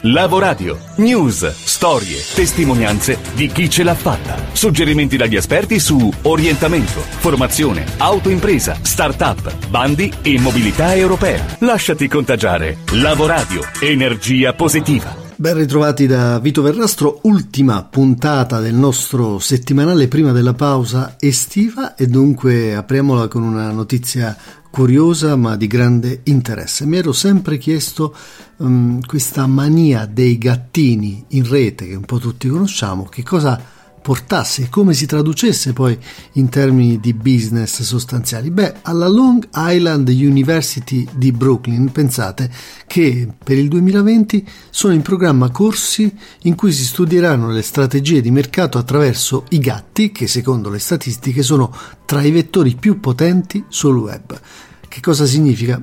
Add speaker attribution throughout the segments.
Speaker 1: Lavoradio. News, storie, testimonianze di chi ce l'ha fatta. Suggerimenti dagli esperti su orientamento, formazione, autoimpresa, start-up, bandi e mobilità europea. Lasciati contagiare. Lavoradio. Energia positiva.
Speaker 2: Ben ritrovati da Vito Verrastro, ultima puntata del nostro settimanale prima della pausa estiva, e dunque apriamola con una notizia curiosa ma di grande interesse. Mi ero sempre chiesto questa mania dei gattini in rete, che un po' tutti conosciamo, che cosa portasse e come si traducesse poi in termini di business sostanziali. Alla Long Island University di Brooklyn, pensate che per il 2020 sono in programma corsi in cui si studieranno le strategie di mercato attraverso i gatti, che secondo le statistiche sono tra i vettori più potenti sul web. Che cosa significa?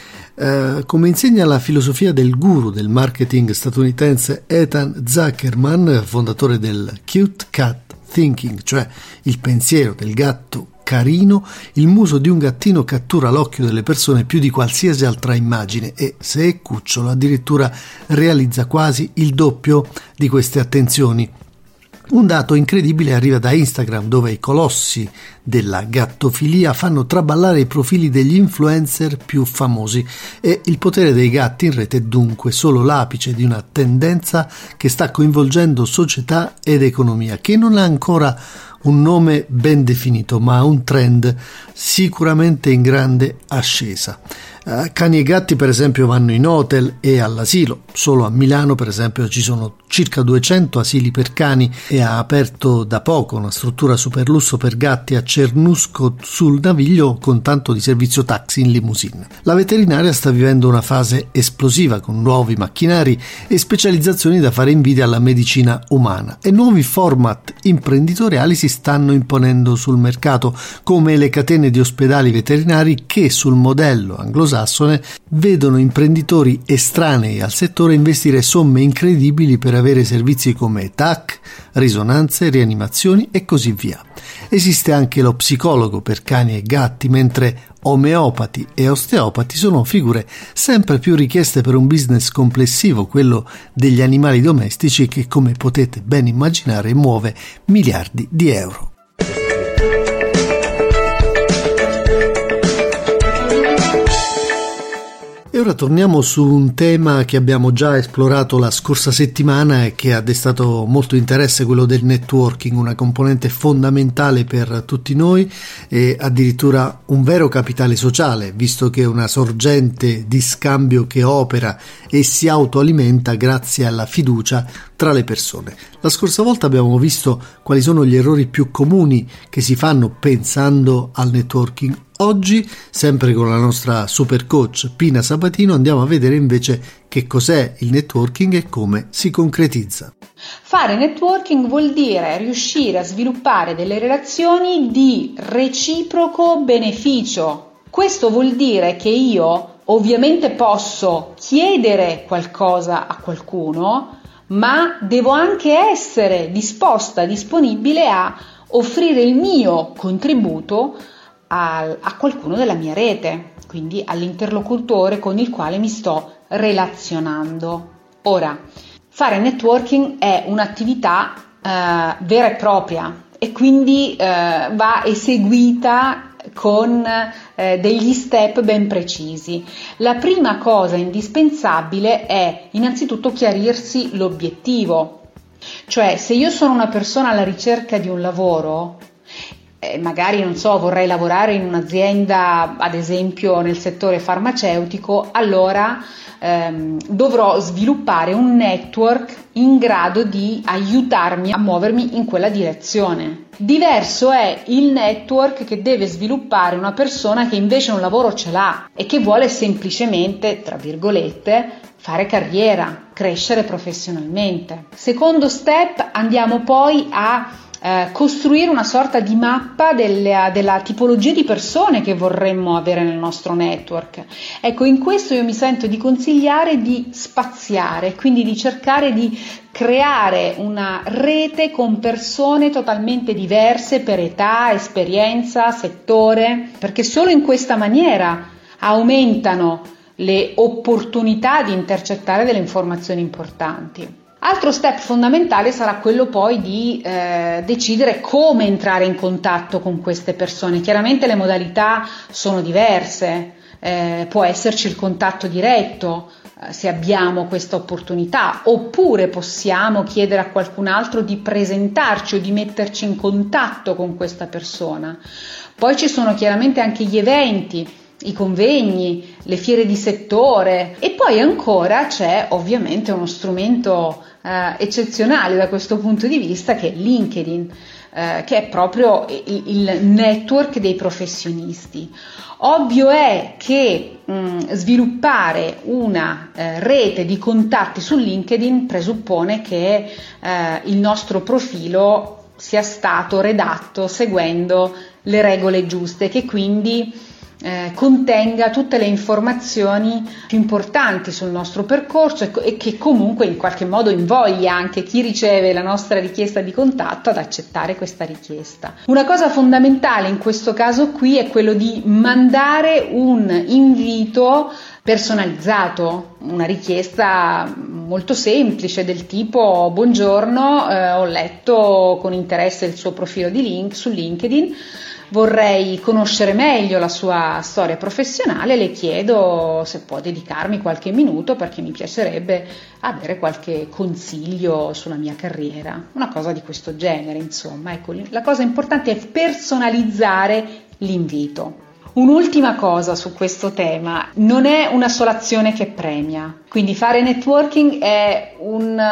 Speaker 2: Come insegna la filosofia del guru del marketing statunitense Ethan Zuckerman, fondatore del Cute Cat Thinking, cioè il pensiero del gatto carino, il muso di un gattino cattura l'occhio delle persone più di qualsiasi altra immagine e, se è cucciolo, addirittura realizza quasi il doppio di queste attenzioni. Un dato incredibile arriva da Instagram, dove i colossi della gattofilia fanno traballare i profili degli influencer più famosi, e il potere dei gatti in rete è dunque solo l'apice di una tendenza che sta coinvolgendo società ed economia, che non ha ancora un nome ben definito, ma un trend sicuramente in grande ascesa. Cani e gatti, per esempio, vanno in hotel e all'asilo. Solo a Milano, per esempio, ci sono circa 200 asili per cani, e ha aperto da poco una struttura super lusso per gatti a Cernusco sul Naviglio, con tanto di servizio taxi in limousine. La veterinaria sta vivendo una fase esplosiva, con nuovi macchinari e specializzazioni da fare invidia alla medicina umana, e nuovi format imprenditoriali si stanno imponendo sul mercato, come le catene di ospedali veterinari che, sul modello anglosassone, vedono imprenditori estranei al settore investire somme incredibili per avere servizi come TAC, risonanze, rianimazioni e così via. Esiste anche lo psicologo per cani e gatti, mentre omeopati e osteopati sono figure sempre più richieste per un business complessivo, quello degli animali domestici, che, come potete ben immaginare, muove miliardi di euro. E ora torniamo su un tema che abbiamo già esplorato la scorsa settimana e che ha destato molto interesse, quello del networking, una componente fondamentale per tutti noi e addirittura un vero capitale sociale, visto che è una sorgente di scambio che opera e si autoalimenta grazie alla fiducia tra le persone. La scorsa volta abbiamo visto quali sono gli errori più comuni che si fanno pensando al networking. Oggi, sempre con la nostra super coach Pina Sabatino, andiamo a vedere invece che cos'è il networking e come si concretizza.
Speaker 3: Fare networking vuol dire riuscire a sviluppare delle relazioni di reciproco beneficio. Questo vuol dire che io ovviamente posso chiedere qualcosa a qualcuno, ma devo anche essere disponibile a offrire il mio contributo a qualcuno della mia rete, quindi all'interlocutore con il quale mi sto relazionando. Ora, fare networking è un'attività vera e propria, e quindi va eseguita con degli step ben precisi. La prima cosa indispensabile è innanzitutto chiarirsi l'obiettivo, cioè se io sono una persona alla ricerca di un lavoro, magari vorrei lavorare in un'azienda, ad esempio nel settore farmaceutico, allora dovrò sviluppare un network in grado di aiutarmi a muovermi in quella direzione. Diverso è il network che deve sviluppare una persona che invece un lavoro ce l'ha e che vuole semplicemente, tra virgolette, fare carriera, crescere professionalmente. Secondo step, andiamo poi a costruire una sorta di mappa della tipologia di persone che vorremmo avere nel nostro network. Ecco, in questo io mi sento di consigliare di spaziare, quindi di cercare di creare una rete con persone totalmente diverse per età, esperienza, settore, perché solo in questa maniera aumentano le opportunità di intercettare delle informazioni importanti. Altro step fondamentale sarà quello poi di decidere come entrare in contatto con queste persone. Chiaramente le modalità sono diverse, può esserci il contatto diretto se abbiamo questa opportunità, oppure possiamo chiedere a qualcun altro di presentarci o di metterci in contatto con questa persona. Poi ci sono chiaramente anche gli eventi, i convegni, le fiere di settore, e poi ancora c'è ovviamente uno strumento eccezionale da questo punto di vista, che è LinkedIn, che è proprio il network dei professionisti. Ovvio è che sviluppare una rete di contatti su LinkedIn presuppone che il nostro profilo sia stato redatto seguendo le regole giuste, che quindi contenga tutte le informazioni più importanti sul nostro percorso e che comunque in qualche modo invoglia anche chi riceve la nostra richiesta di contatto ad accettare questa richiesta. Una cosa fondamentale in questo caso qui è quello di mandare un invito personalizzato, una richiesta molto semplice del tipo: buongiorno, ho letto con interesse il suo profilo su LinkedIn, vorrei conoscere meglio la sua storia professionale, le chiedo se può dedicarmi qualche minuto perché mi piacerebbe avere qualche consiglio sulla mia carriera, una cosa di questo genere, insomma. Ecco, la cosa importante è personalizzare l'invito. Un'ultima cosa su questo tema: non è una sola azione che premia, quindi fare networking è un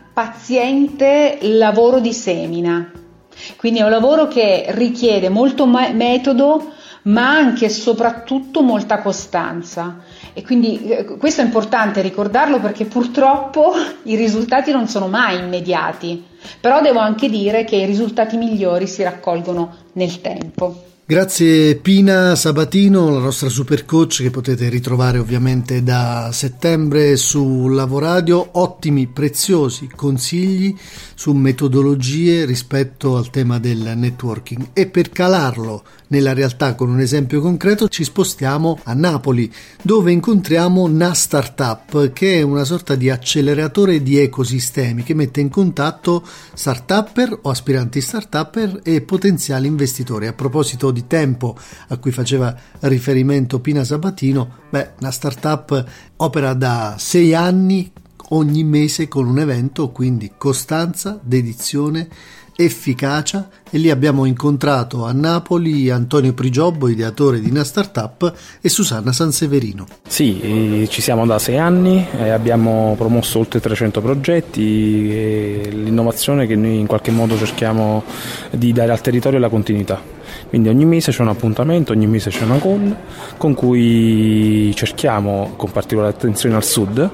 Speaker 3: paziente lavoro di semina. Quindi è un lavoro che richiede molto metodo, ma anche e soprattutto molta costanza, e quindi questo è importante ricordarlo, perché purtroppo i risultati non sono mai immediati, però devo anche dire che i risultati migliori si raccolgono nel tempo.
Speaker 2: Grazie Pina Sabatino, la nostra super coach, che potete ritrovare ovviamente da settembre su Lavoradio. Ottimi, preziosi consigli su metodologie rispetto al tema del networking, e per calarlo nella realtà con un esempio concreto ci spostiamo a Napoli, dove incontriamo NaStartup, che è una sorta di acceleratore di ecosistemi che mette in contatto startupper o aspiranti startupper e potenziali investitori. A proposito di tempo a cui faceva riferimento Pina Sabatino, NaStartup opera da 6 anni ogni mese con un evento, quindi costanza, dedizione, efficacia, e lì abbiamo incontrato a Napoli Antonio Prigiobbo, ideatore di NaStartup, e Susanna Sanseverino.
Speaker 4: Sì, ci siamo da 6 anni, abbiamo promosso oltre 300 progetti, e l'innovazione che noi in qualche modo cerchiamo di dare al territorio è la continuità. Quindi ogni mese c'è un appuntamento, ogni mese c'è una call con cui cerchiamo, con particolare attenzione al sud,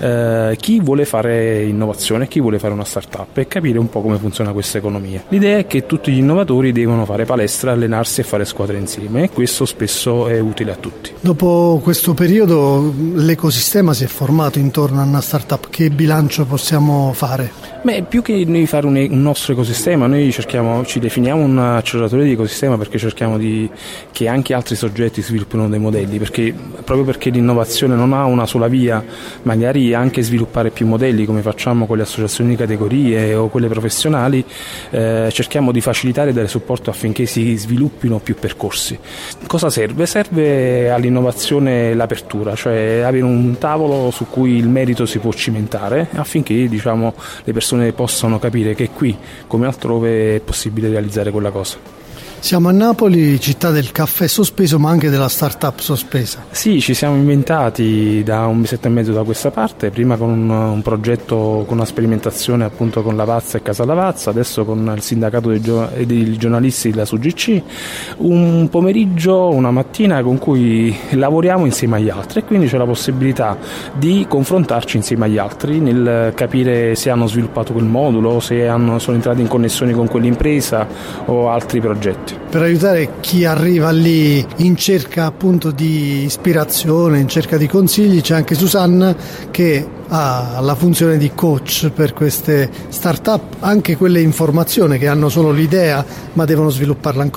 Speaker 4: chi vuole fare innovazione, chi vuole fare una startup, e capire un po' come funziona questa economia. L'idea è che tutti gli innovatori devono fare palestra, allenarsi e fare squadre insieme, e questo spesso è utile a tutti.
Speaker 2: Dopo questo periodo l'ecosistema si è formato intorno a una startup. Che bilancio possiamo fare?
Speaker 4: Più che noi fare un nostro ecosistema, noi ci definiamo un acceleratore di ecosistema, perché cerchiamo che anche altri soggetti sviluppino dei modelli, proprio perché l'innovazione non ha una sola via, magari anche sviluppare più modelli, come facciamo con le associazioni di categorie o quelle professionali, cerchiamo di facilitare e dare supporto affinché si sviluppino più percorsi. Cosa serve? Serve all'innovazione l'apertura, cioè avere un tavolo su cui il merito si può cimentare, affinché le persone possano capire che qui, come altrove, è possibile realizzare quella cosa.
Speaker 2: Siamo a Napoli, città del caffè sospeso, ma anche della startup sospesa.
Speaker 4: Sì, ci siamo inventati da un mesetto e mezzo da questa parte, prima con un progetto, con una sperimentazione appunto con Lavazza e Casa Lavazza, adesso con il sindacato dei giornalisti della SUGC, un pomeriggio, una mattina con cui lavoriamo insieme agli altri, e quindi c'è la possibilità di confrontarci insieme agli altri nel capire se hanno sviluppato quel modulo, se sono entrati in connessione con quell'impresa o altri progetti.
Speaker 2: Per aiutare chi arriva lì in cerca appunto di ispirazione, in cerca di consigli, c'è anche Susanna, che ha la funzione di coach per queste start-up, anche quelle in formazione che hanno solo l'idea ma devono svilupparla ancora.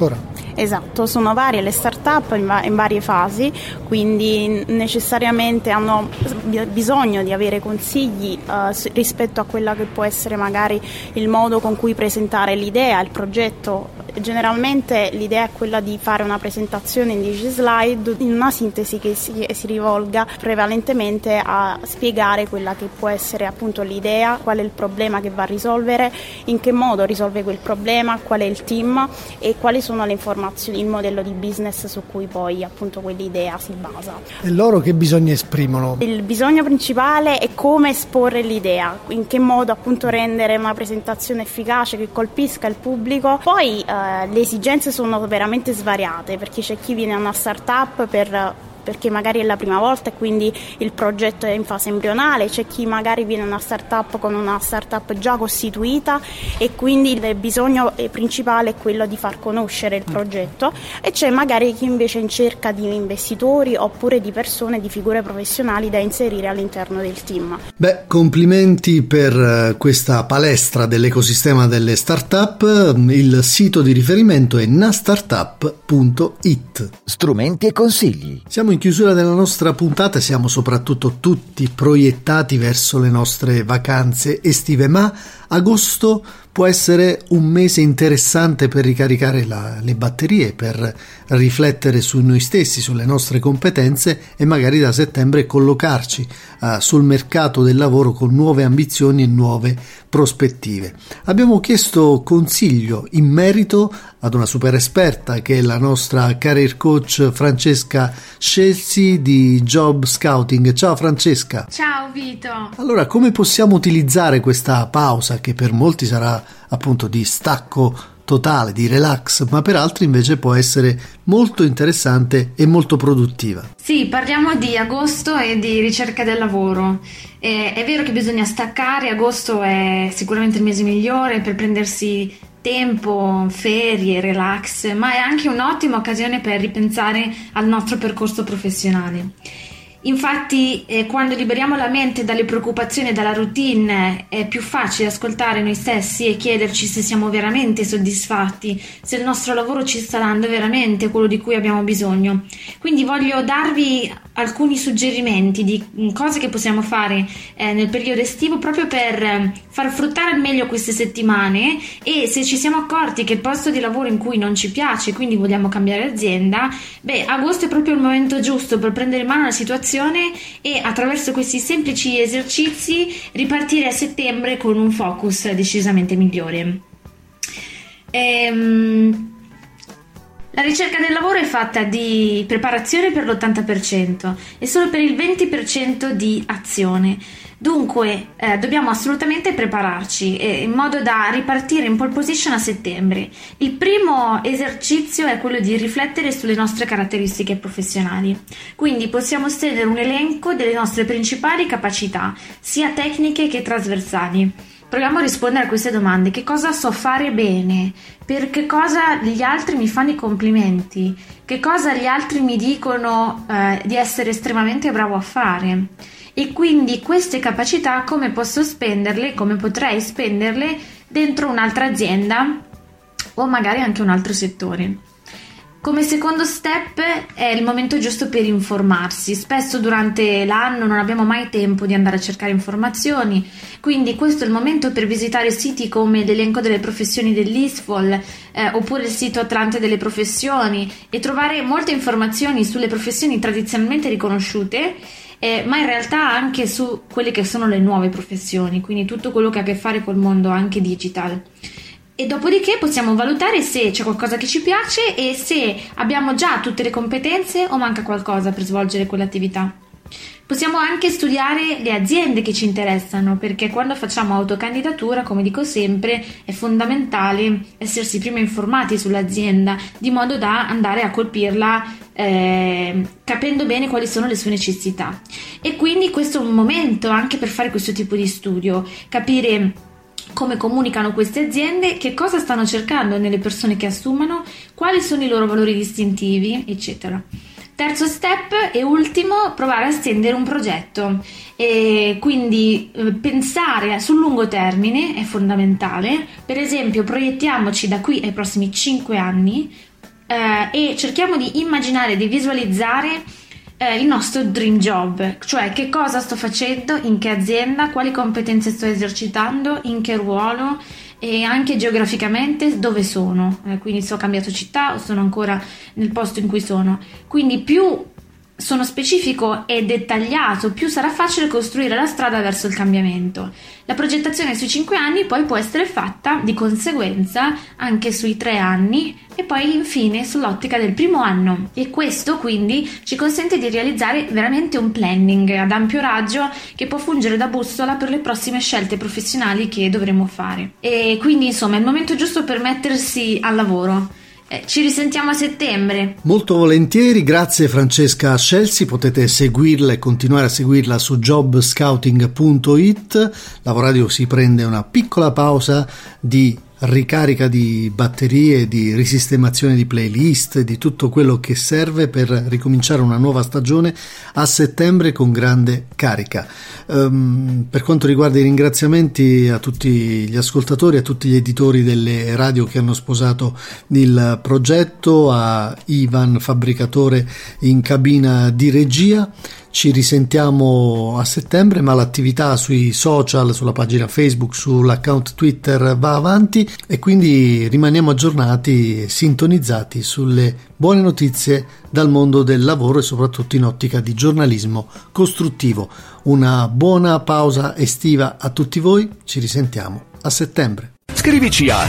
Speaker 5: Esatto, sono varie le start-up in varie fasi, quindi necessariamente hanno bisogno di avere consigli rispetto a quella che può essere magari il modo con cui presentare l'idea, il progetto. Generalmente l'idea è quella di fare una presentazione in 10 slide, in una sintesi che si rivolga prevalentemente a spiegare quella che può essere appunto l'idea, qual è il problema che va a risolvere, in che modo risolve quel problema, qual è il team e quali sono le informazioni, il modello di business su cui poi appunto quell'idea si basa.
Speaker 2: E loro che bisogno esprimono?
Speaker 5: Il bisogno principale è come esporre l'idea, in che modo appunto rendere una presentazione efficace che colpisca il pubblico. Poi le esigenze sono veramente svariate, perché c'è chi viene a una startup perché magari è la prima volta e quindi il progetto è in fase embrionale, c'è chi magari viene a una startup con una startup già costituita e quindi il bisogno principale è quello di far conoscere il progetto, e c'è magari chi invece è in cerca di investitori oppure di persone, di figure professionali da inserire all'interno del team.
Speaker 2: Beh, complimenti per questa palestra dell'ecosistema delle startup. Il sito di riferimento è nastartup.it.
Speaker 6: Strumenti e consigli.
Speaker 2: Siamo in chiusura della nostra puntata e siamo soprattutto tutti proiettati verso le nostre vacanze estive, ma agosto può essere un mese interessante per ricaricare le batterie, per riflettere su noi stessi, sulle nostre competenze e magari da settembre collocarci sul mercato del lavoro con nuove ambizioni e nuove prospettive. Abbiamo chiesto consiglio in merito ad una super esperta che è la nostra career coach Francesca Scelsi di Job Scouting. Ciao Francesca.
Speaker 7: Ciao Vito.
Speaker 2: Allora, come possiamo utilizzare questa pausa che per molti sarà appunto di stacco totale, di relax, ma per altri invece può essere molto interessante e molto produttiva?
Speaker 7: Sì, parliamo di agosto e di ricerca del lavoro. È vero che bisogna staccare, agosto è sicuramente il mese migliore per prendersi tempo, ferie, relax, ma è anche un'ottima occasione per ripensare al nostro percorso professionale. Infatti, quando liberiamo la mente dalle preoccupazioni e dalla routine, è più facile ascoltare noi stessi e chiederci se siamo veramente soddisfatti, se il nostro lavoro ci sta dando veramente quello di cui abbiamo bisogno. Quindi voglio darvi alcuni suggerimenti di cose che possiamo fare nel periodo estivo proprio per far fruttare al meglio queste settimane, e se ci siamo accorti che il posto di lavoro in cui non ci piace, quindi vogliamo cambiare azienda, agosto è proprio il momento giusto per prendere in mano la situazione e attraverso questi semplici esercizi ripartire a settembre con un focus decisamente migliore. La ricerca del lavoro è fatta di preparazione per l'80% e solo per il 20% di azione. Dunque dobbiamo assolutamente prepararci in modo da ripartire in pole position a settembre. Il primo esercizio è quello di riflettere sulle nostre caratteristiche professionali. Quindi possiamo stendere un elenco delle nostre principali capacità, sia tecniche che trasversali. Proviamo a rispondere a queste domande: che cosa so fare bene? Per che cosa gli altri mi fanno i complimenti? Che cosa gli altri mi dicono di essere estremamente bravo a fare? E quindi queste capacità come posso spenderle, come potrei spenderle dentro un'altra azienda o magari anche un altro settore. Come secondo step è il momento giusto per informarsi. Spesso durante l'anno non abbiamo mai tempo di andare a cercare informazioni, quindi questo è il momento per visitare siti come l'elenco delle professioni dell'ISFOL oppure il sito Atlante delle professioni e trovare molte informazioni sulle professioni tradizionalmente riconosciute, ma in realtà anche su quelle che sono le nuove professioni, quindi tutto quello che ha a che fare col mondo anche digital. E dopodiché possiamo valutare se c'è qualcosa che ci piace e se abbiamo già tutte le competenze o manca qualcosa per svolgere quell'attività. Possiamo anche studiare le aziende che ci interessano, perché quando facciamo autocandidatura, come dico sempre, è fondamentale essersi prima informati sull'azienda, di modo da andare a colpirla capendo bene quali sono le sue necessità. E quindi questo è un momento anche per fare questo tipo di studio, capire come comunicano queste aziende, che cosa stanno cercando nelle persone che assumono, quali sono i loro valori distintivi, eccetera. Terzo step e ultimo, provare a stendere un progetto e quindi pensare sul lungo termine è fondamentale. Per esempio, proiettiamoci da qui ai prossimi 5 anni, e cerchiamo di immaginare, di visualizzare il nostro dream job, cioè che cosa sto facendo, in che azienda, quali competenze sto esercitando, in che ruolo e anche geograficamente dove sono, quindi se ho cambiato città o sono ancora nel posto in cui sono. Quindi più sono specifico e dettagliato, più sarà facile costruire la strada verso il cambiamento. La progettazione sui 5 anni poi può essere fatta di conseguenza anche sui 3 anni e poi infine sull'ottica del primo anno, e questo quindi ci consente di realizzare veramente un planning ad ampio raggio che può fungere da bussola per le prossime scelte professionali che dovremo fare. E quindi insomma è il momento giusto per mettersi al lavoro. Ci risentiamo a settembre.
Speaker 2: Molto volentieri, grazie Francesca Scelsi, potete seguirla e continuare a seguirla su jobscouting.it. Lavoradio si prende una piccola pausa di ricarica di batterie, di risistemazione di playlist, di tutto quello che serve per ricominciare una nuova stagione a settembre con grande carica. Per quanto riguarda i ringraziamenti a tutti gli ascoltatori, a tutti gli editori delle radio che hanno sposato il progetto, a Ivan fabbricatore in cabina di regia. Ci risentiamo a settembre, ma l'attività sui social, sulla pagina Facebook, sull'account Twitter va avanti, e quindi rimaniamo aggiornati e sintonizzati sulle buone notizie dal mondo del lavoro e soprattutto in ottica di giornalismo costruttivo. Una buona pausa estiva a tutti voi, ci risentiamo a settembre.
Speaker 1: Scrivici a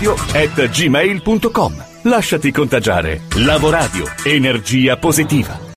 Speaker 1: lavoradio@gmail.com. Lasciati contagiare. Lavoradio, energia positiva.